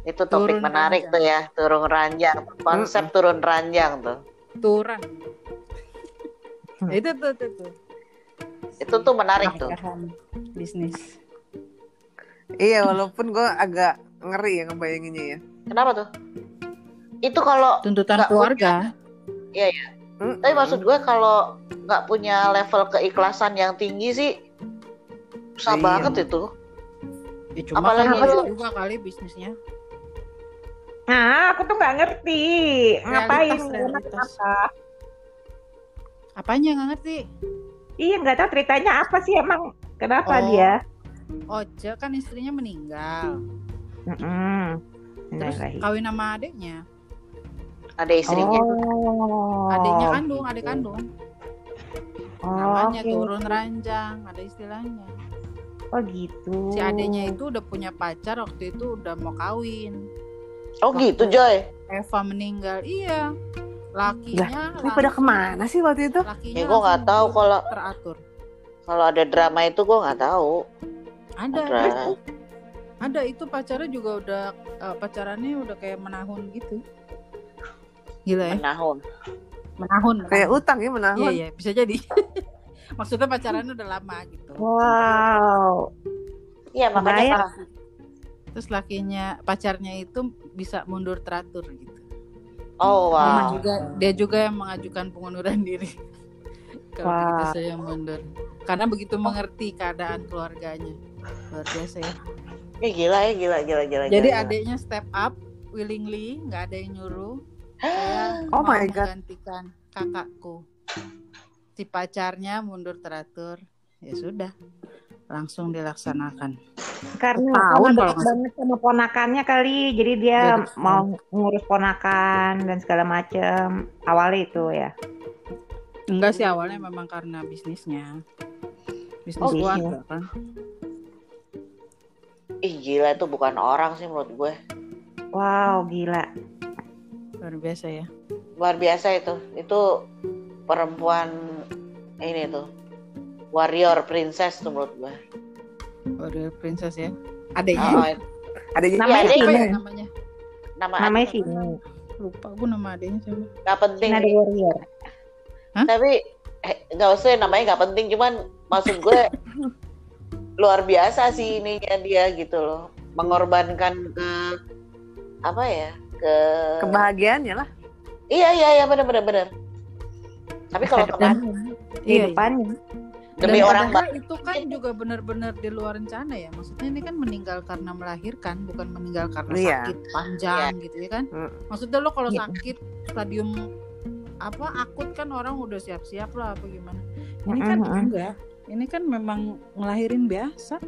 Itu topik Turun menarik ranjang. tuh ya, turun ranjang. Konsep turun ranjang tuh. Turun. Itu tuh. Itu tuh menarik tuh. Pernikahan bisnis. Iya, walaupun gue agak ngeri ya ngebayanginnya ya. Kenapa tuh? Itu kalau Tuntutan nggak keluarga. Iya ya. Tapi maksud gue kalau nggak punya level keikhlasan yang tinggi sih susah Iya. banget itu. Ya, cuma Apalagi kan lu juga kali bisnisnya. Nah, aku tuh nggak ngerti ngapain, Realitas. kenapa? Apanya nggak ngerti? Iya, nggak tahu ceritanya apa sih emang, kenapa Oh. dia? Oce kan istrinya meninggal. Terus Innalillahi. kawin sama adiknya. ada istrinya. Oh. Adiknya kandung, adik kandung. Oh, Namanya oke. turun ranjang, ada istilahnya. Oh gitu. Si adiknya itu udah punya pacar waktu itu udah mau kawin. Oh gitu Joy. Eva meninggal, iya. Lakinya Ini pada kemana sih waktu itu? Lakinya Ya gue nggak langsung tahu kalau teratur. ada drama itu gue nggak tahu. Ada itu pacarnya juga udah pacarannya udah kayak menahun gitu. Gila ya? Menahun. Kayak utang ya menahun. Iya, bisa jadi. Maksudnya pacarannya udah lama gitu. Wow. Iya makanya Terus lakinya pacarnya itu bisa mundur teratur gitu. oh wow. Dia juga yang mengajukan pengunduran diri. Kalau begitu saya mundur. Karena begitu mengerti keadaan keluarganya. Luar biasa ya. Gila. Jadi gila. adiknya step up willingly, nggak ada yang nyuruh. Saya Oh mau my God. menggantikan kakakku. Si pacarnya mundur teratur. Ya sudah. Langsung dilaksanakan. Karena Tahun dekat kalau banget sama ponakannya kali, jadi dia Iya, mau ngurus ponakan dan segala macem. Awalnya itu ya. Enggak sih, awalnya memang karena bisnisnya. Bisnis Oh, keluarga kan. Gila itu bukan orang sih menurut gue. Wow, gila. Luar biasa ya. Luar biasa itu. Itu perempuan ini tuh. Warrior princess tuh menurut gue. Warrior princess ya. Adiknya. Ada juga Namanya Iya, Apa Vino. ya namanya? Namanya Vino. Lupa gue nama adiknya siapa. Gak penting. Vino the Warrior. Tapi gak usah namanya gak penting. Cuman maksud gue luar biasa sih ininya dia gitu loh. Mengorbankan ke apa ya? Ke kebahagiaannya lah. Iya benar. Tapi kalau teman Iya. Kehidupannya. demi Dan orang padahal itu kan juga benar-benar di luar rencana ya. Maksudnya ini kan meninggal karena melahirkan, bukan meninggal karena Iya. sakit panjang gitu ya kan. Maksudnya lo kalau Iya. sakit stadium akut kan orang udah siap-siap lah apa gimana. Ini kan enggak. Ini kan memang ngelahirin biasa.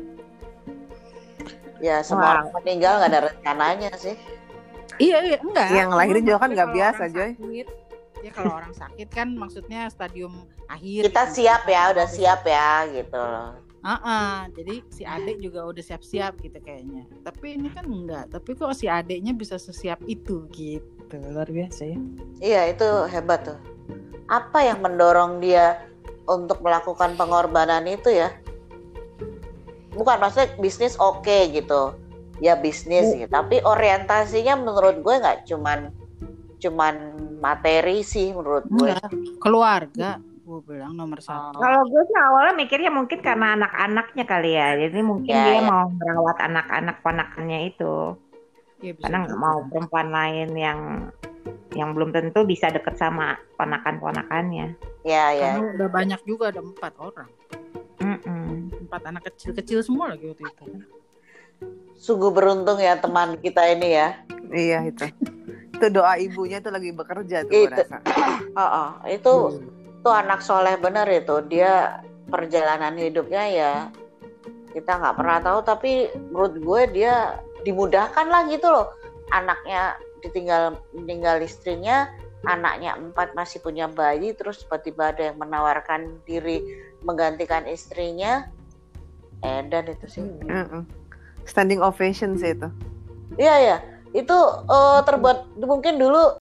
ya semua orang meninggal nggak ada rencananya sih. Iya enggak. Yang ngelahirin juga kan Maksudnya nggak kalau biasa, orang Joy. sakit, ya kalau orang sakit kan maksudnya stadium akhir. Kita gitu. siap ya, udah siap ya gitu loh. Jadi si adik juga udah siap-siap gitu kayaknya. Tapi ini kan enggak. Tapi kok si adiknya bisa sesiap itu gitu. Luar biasa ya. Iya itu hebat tuh. Apa yang mendorong dia untuk melakukan pengorbanan itu ya? Bukan maksudnya bisnis oke gitu. Ya bisnis gitu. Tapi orientasinya menurut gue nggak cuman materi sih menurut gue. Enggak. Keluarga gue bilang nomor satu. Kalau gue sih awalnya mikirnya mungkin karena anak-anaknya kali ya. Jadi mungkin Ya, dia ya. mau merawat anak-anak ponakannya itu. Ya, bisa Karena nggak juga. mau perempuan lain yang belum tentu bisa deket sama ponakan-ponakannya. Ya. Karena udah banyak juga, ada 4 orang. Mm-mm. 4 anak kecil-kecil semua lagi waktu itu. Sungguh beruntung ya teman kita ini ya. Iya itu. Itu doa ibunya tuh lagi bekerja tuh gue Itu. rasa. Itu tuh anak soleh bener itu. Dia perjalanan hidupnya ya kita nggak pernah tahu. Tapi menurut gue dia dimudahkan lah gitu loh. Anaknya meninggal istrinya, anaknya 4 masih punya bayi, terus tiba-tiba ada yang menawarkan diri menggantikan istrinya. Dan itu sih. Standing ovation sih itu. Iya. Itu terbuat mungkin dulu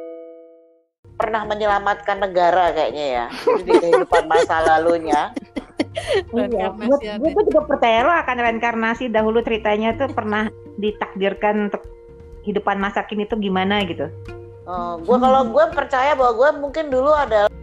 pernah menyelamatkan negara kayaknya ya. Jadi di kehidupan masa lalunya. Iya, Reinkarnasi ada. gue juga percaya lo akan reinkarnasi. Dahulu ceritanya tuh pernah ditakdirkan untuk kehidupan masa kini tuh gimana gitu. Kalau gue percaya bahwa gue mungkin dulu ada